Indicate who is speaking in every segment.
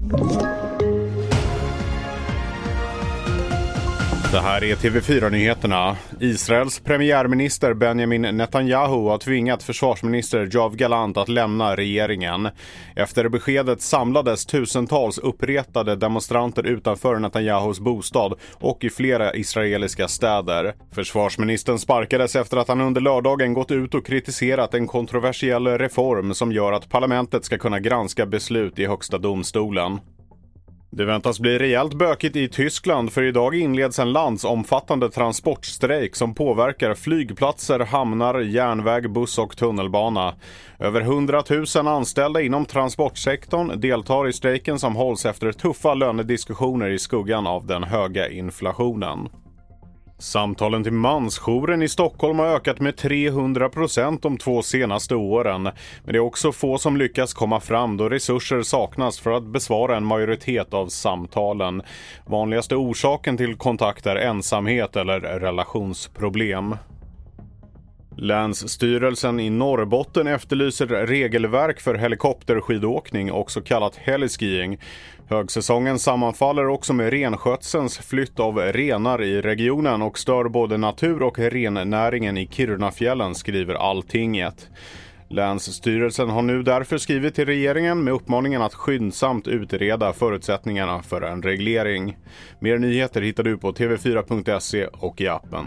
Speaker 1: Det här är TV4-nyheterna. Israels premiärminister Benjamin Netanyahu har tvingat försvarsminister Yoav Gallant att lämna regeringen. Efter beskedet samlades tusentals uppretade demonstranter utanför Netanyahus bostad och i flera israeliska städer. Försvarsministern sparkades efter att han under lördagen gått ut och kritiserat en kontroversiell reform som gör att parlamentet ska kunna granska beslut i högsta domstolen. Det väntas bli rejält bökigt i Tyskland, för idag inleds en landsomfattande transportstrejk som påverkar flygplatser, hamnar, järnväg, buss och tunnelbana. Över 100 000 anställda inom transportsektorn deltar i strejken som hålls efter tuffa lönediskussioner i skuggan av den höga inflationen. Samtalen till mansjouren i Stockholm har ökat med 300% de 2 senaste åren. Men det är också få som lyckas komma fram då resurser saknas för att besvara en majoritet av samtalen. Vanligaste orsaken till kontakt är ensamhet eller relationsproblem. Länsstyrelsen i Norrbotten efterlyser regelverk för helikopterskidåkning och så kallat heliskiing. Högsäsongen sammanfaller också med renskötselns flytt av renar i regionen och stör både natur- och rennäringen i Kirunafjällen, skriver Alltinget. Länsstyrelsen har nu därför skrivit till regeringen med uppmaningen att skyndsamt utreda förutsättningarna för en reglering. Mer nyheter hittar du på tv4.se och i appen.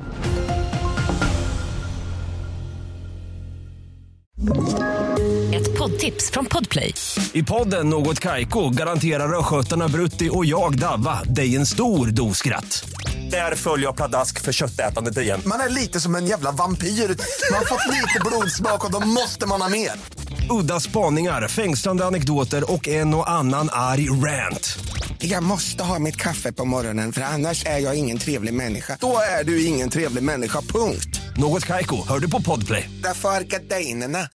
Speaker 2: Ett poddtips från Podplay.
Speaker 3: I podden Något Kaiko garanterar röskötarna Brutti och jag Davva dig en stor doskratt. Där följer jag pladask för köttätandet igen.
Speaker 4: Man är lite som en jävla vampyr. Man har fått lite blodsmak och då måste man ha mer.
Speaker 3: Udda spaningar, fängslande anekdoter och en och annan arg rant.
Speaker 4: Jag måste ha mitt kaffe på morgonen för annars är jag ingen trevlig människa. Då är du ingen trevlig människa, punkt.
Speaker 3: Något Kaiko, hör du på Podplay.
Speaker 4: Därför är gardinerna.